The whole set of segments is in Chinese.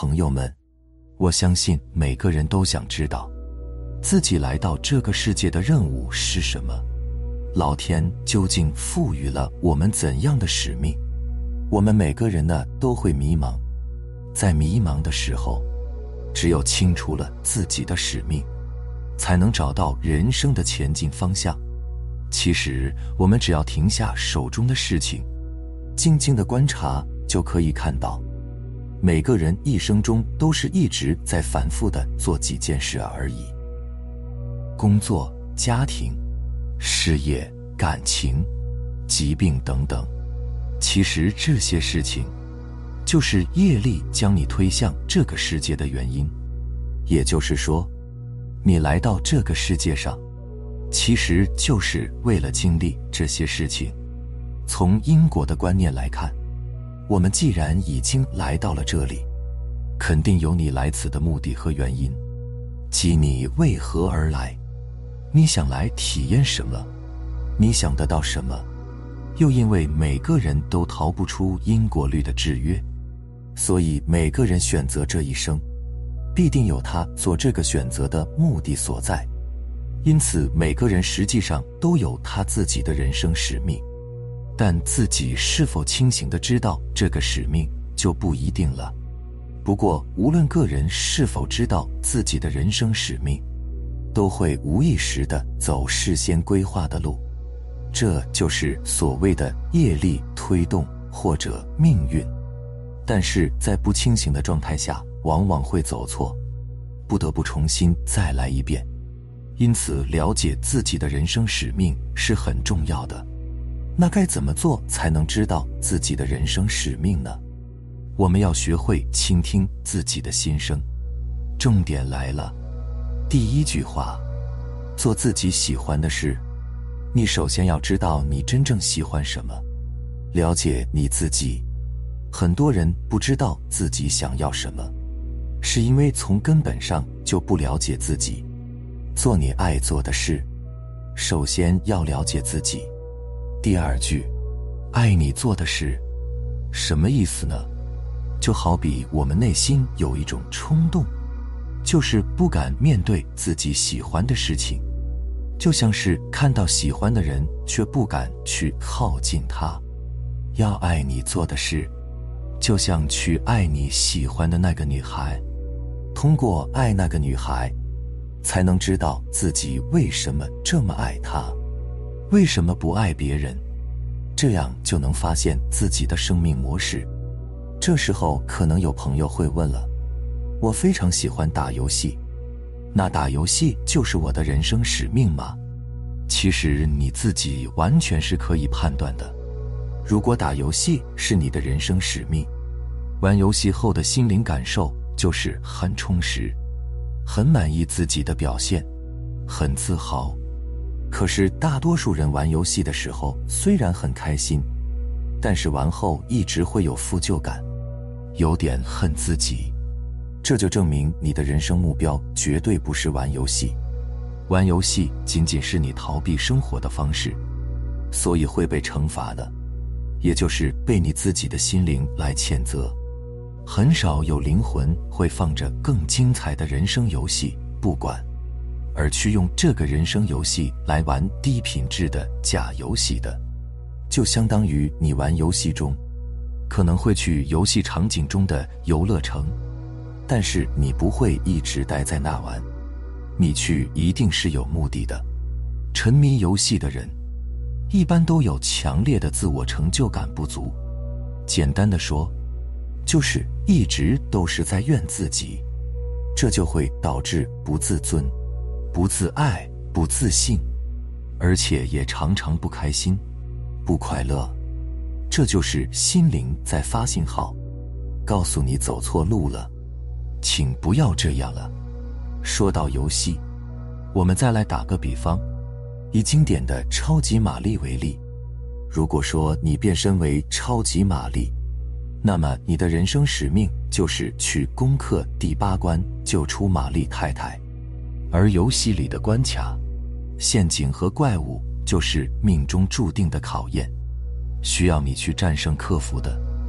朋友们，我相信每个人都想知道，自己来到这个世界的任务是什么？老天究竟赋予了我们怎样的使命？我们每个人呢都会迷茫，在迷茫的时候，只有清楚了自己的使命，才能找到人生的前进方向。其实我们只要停下手中的事情，静静的观察，就可以看到，每个人一生中都是一直在反复的做几件事而已。工作、家庭、事业、感情、疾病等等，其实这些事情就是业力将你推向这个世界的原因。也就是说，你来到这个世界上，其实就是为了经历这些事情。从因果的观念来看，我们既然已经来到了这里，肯定有你来此的目的和原因，即你为何而来，你想来体验什么，你想得到什么。又因为每个人都逃不出因果律的制约，所以每个人选择这一生，必定有他做这个选择的目的所在。因此每个人实际上都有他自己的人生使命，但自己是否清醒地知道这个使命就不一定了。不过无论个人是否知道自己的人生使命，都会无意识地走事先规划的路，这就是所谓的业力推动或者命运。但是在不清醒的状态下，往往会走错，不得不重新再来一遍。因此了解自己的人生使命是很重要的。那该怎么做才能知道自己的人生使命呢？我们要学会倾听自己的心声。重点来了，第一句话，做自己喜欢的事。你首先要知道你真正喜欢什么，了解你自己。很多人不知道自己想要什么，是因为从根本上就不了解自己。做你爱做的事，首先要了解自己。第二句，爱你做的事，什么意思呢？就好比我们内心有一种冲动，就是不敢面对自己喜欢的事情，就像是看到喜欢的人却不敢去靠近他。要爱你做的事，就像去爱你喜欢的那个女孩，通过爱那个女孩，才能知道自己为什么这么爱她，为什么不爱别人，这样就能发现自己的生命模式。这时候可能有朋友会问了，我非常喜欢打游戏，那打游戏就是我的人生使命吗？其实你自己完全是可以判断的。如果打游戏是你的人生使命，玩游戏后的心灵感受就是很充实，很满意自己的表现，很自豪。可是大多数人玩游戏的时候虽然很开心，但是玩后一直会有负疚感，有点恨自己。这就证明你的人生目标绝对不是玩游戏，玩游戏仅仅是你逃避生活的方式，所以会被惩罚的，也就是被你自己的心灵来谴责。很少有灵魂会放着更精彩的人生游戏不管，而去用这个人生游戏来玩低品质的假游戏的。就相当于你玩游戏中可能会去游戏场景中的游乐城，但是你不会一直待在那玩，你去一定是有目的的。沉迷游戏的人一般都有强烈的自我成就感不足，简单的说，就是一直都是在怨自己，这就会导致不自尊、不自爱、不自信，而且也常常不开心、不快乐。这就是心灵在发信号，告诉你走错路了，请不要这样了。说到游戏，我们再来打个比方，以经典的超级玛丽为例。如果说你变身为超级玛丽，那么你的人生使命就是去攻克第8关，救出玛丽太太。而游戏里的关卡、陷阱和怪物就是命中注定的考验，需要你去战胜克服的。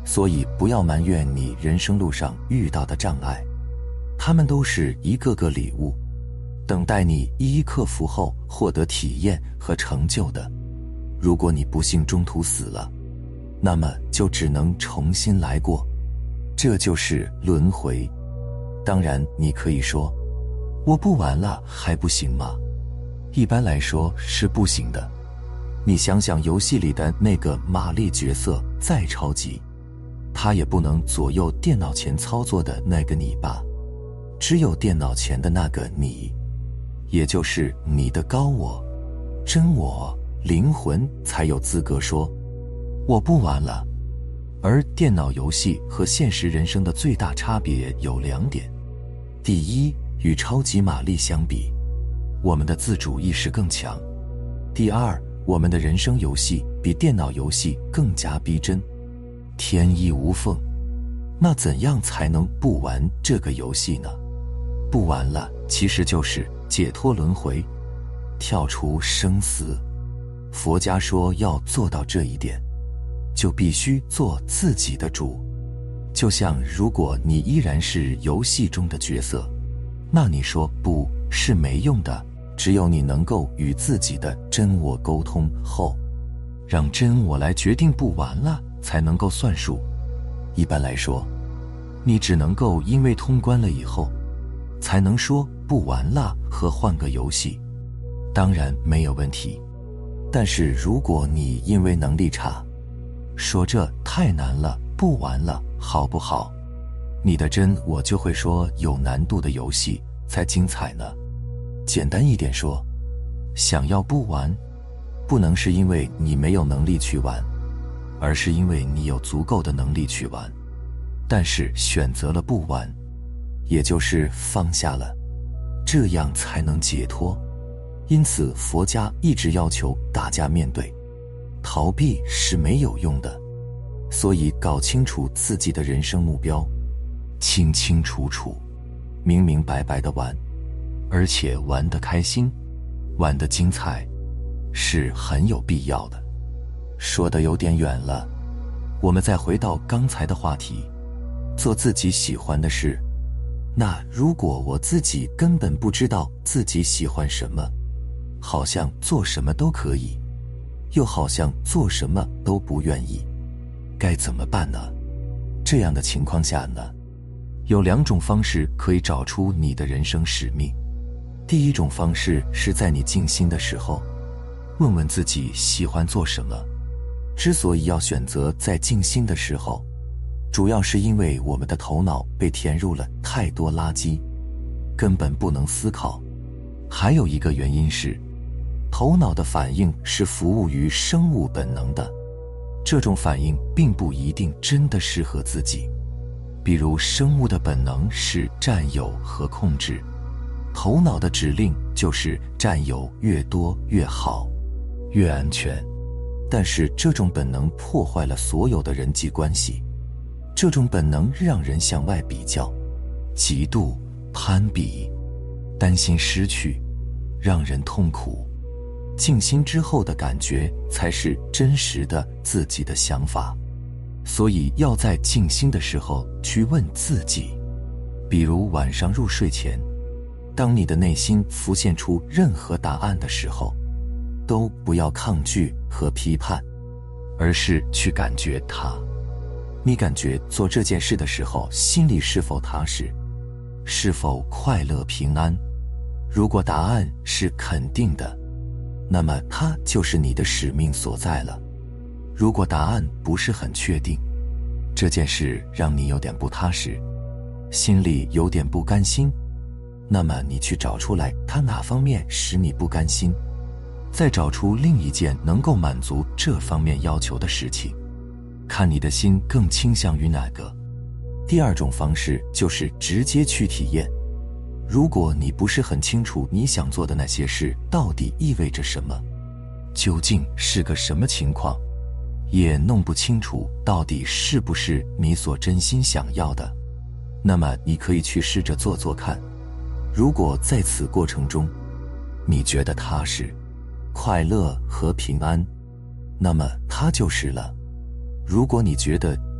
所以不要埋怨你人生路上遇到的障碍，它们都是一个个礼物，等待你一一克服后获得体验和成就的。如果你不幸中途死了，那么就只能重新来过，这就是轮回。当然你可以说，我不玩了还不行吗？一般来说是不行的。你想想游戏里的那个玛丽角色再超级，他也不能左右电脑前操作的那个你吧？只有电脑前的那个你，也就是你的高我、真我、灵魂才有资格说我不玩了。而电脑游戏和现实人生的最大差别有2点。第一，与超级玛丽相比，我们的自主意识更强。第二，我们的人生游戏比电脑游戏更加逼真，天衣无缝。那怎样才能不玩这个游戏呢？不玩了，其实就是解脱轮回，跳出生死。佛家说要做到这一点，就必须做自己的主。就像如果你依然是游戏中的角色，那你说不是没用的。只有你能够与自己的真我沟通后，让真我来决定不玩了，才能够算数。一般来说，你只能够因为通关了以后，才能说不玩了和换个游戏，当然没有问题。但是如果你因为能力差，说这太难了，不玩了，好不好？你的真我就会说有难度的游戏才精彩呢。简单一点说，想要不玩，不能是因为你没有能力去玩，而是因为你有足够的能力去玩，但是选择了不玩，也就是放下了，这样才能解脱。因此佛家一直要求大家面对，逃避是没有用的。所以搞清楚自己的人生目标，清清楚楚、明明白白的玩，而且玩得开心，玩得精彩，是很有必要的。说得有点远了，我们再回到刚才的话题，做自己喜欢的事。那如果我自己根本不知道自己喜欢什么，好像做什么都可以，又好像做什么都不愿意，该怎么办呢？这样的情况下呢，有2种方式可以找出你的人生使命。第一种方式是在你静心的时候，问问自己喜欢做什么。之所以要选择在静心的时候，主要是因为我们的头脑被填入了太多垃圾，根本不能思考。还有一个原因是，头脑的反应是服务于生物本能的，这种反应并不一定真的适合自己。比如生物的本能是占有和控制，头脑的指令就是占有越多越好，越安全。但是这种本能破坏了所有的人际关系，这种本能让人向外比较、嫉妒、攀比，担心失去，让人痛苦。静心之后的感觉才是真实的自己的想法。所以要在静心的时候去问自己，比如晚上入睡前，当你的内心浮现出任何答案的时候，都不要抗拒和批判，而是去感觉它。你感觉做这件事的时候，心里是否踏实，是否快乐平安？如果答案是肯定的，那么它就是你的使命所在了。如果答案不是很确定，这件事让你有点不踏实，心里有点不甘心，那么你去找出来它哪方面使你不甘心，再找出另一件能够满足这方面要求的事情，看你的心更倾向于哪个。第二种方式就是直接去体验。如果你不是很清楚你想做的那些事到底意味着什么，究竟是个什么情况，也弄不清楚到底是不是你所真心想要的，那么你可以去试着做做看。如果在此过程中你觉得踏实、快乐和平安，那么它就是了。如果你觉得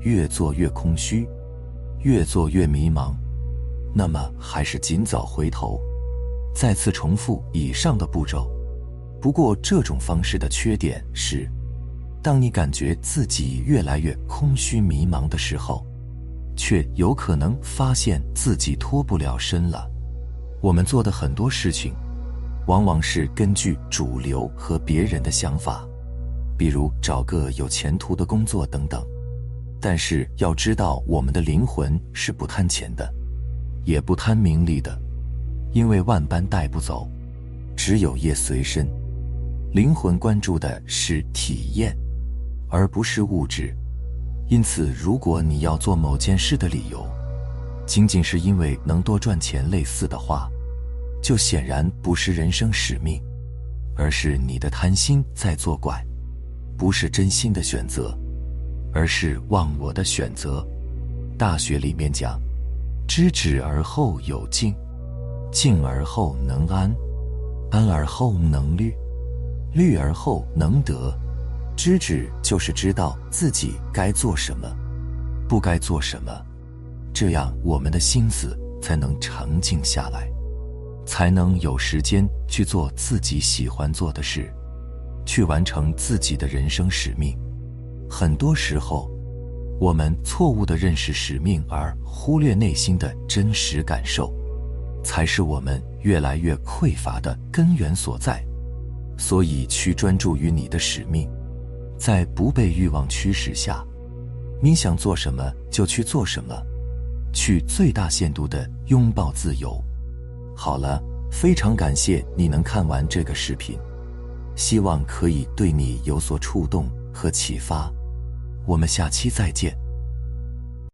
越做越空虚，越做越迷茫，那么还是尽早回头，再次重复以上的步骤。不过这种方式的缺点是，当你感觉自己越来越空虚迷茫的时候，却有可能发现自己脱不了身了。我们做的很多事情，往往是根据主流和别人的想法，比如找个有前途的工作等等。但是要知道，我们的灵魂是不贪钱的，也不贪名利的，因为万般带不走，只有业随身。灵魂关注的是体验，而不是物质。因此，如果你要做某件事的理由，仅仅是因为能多赚钱类似的话，就显然不是人生使命，而是你的贪心在作怪，不是真心的选择，而是忘我的选择。大学里面讲，知止而后有静，静而后能安，安而后能虑，虑而后能得。知止就是知道自己该做什么，不该做什么，这样我们的心思才能澄静下来，才能有时间去做自己喜欢做的事，去完成自己的人生使命。很多时候，我们错误地认识使命而忽略内心的真实感受，才是我们越来越匮乏的根源所在。所以去专注于你的使命，在不被欲望驱使下，你想做什么就去做什么，去最大限度地拥抱自由。好了，非常感谢你能看完这个视频，希望可以对你有所触动和启发。我们下期再见。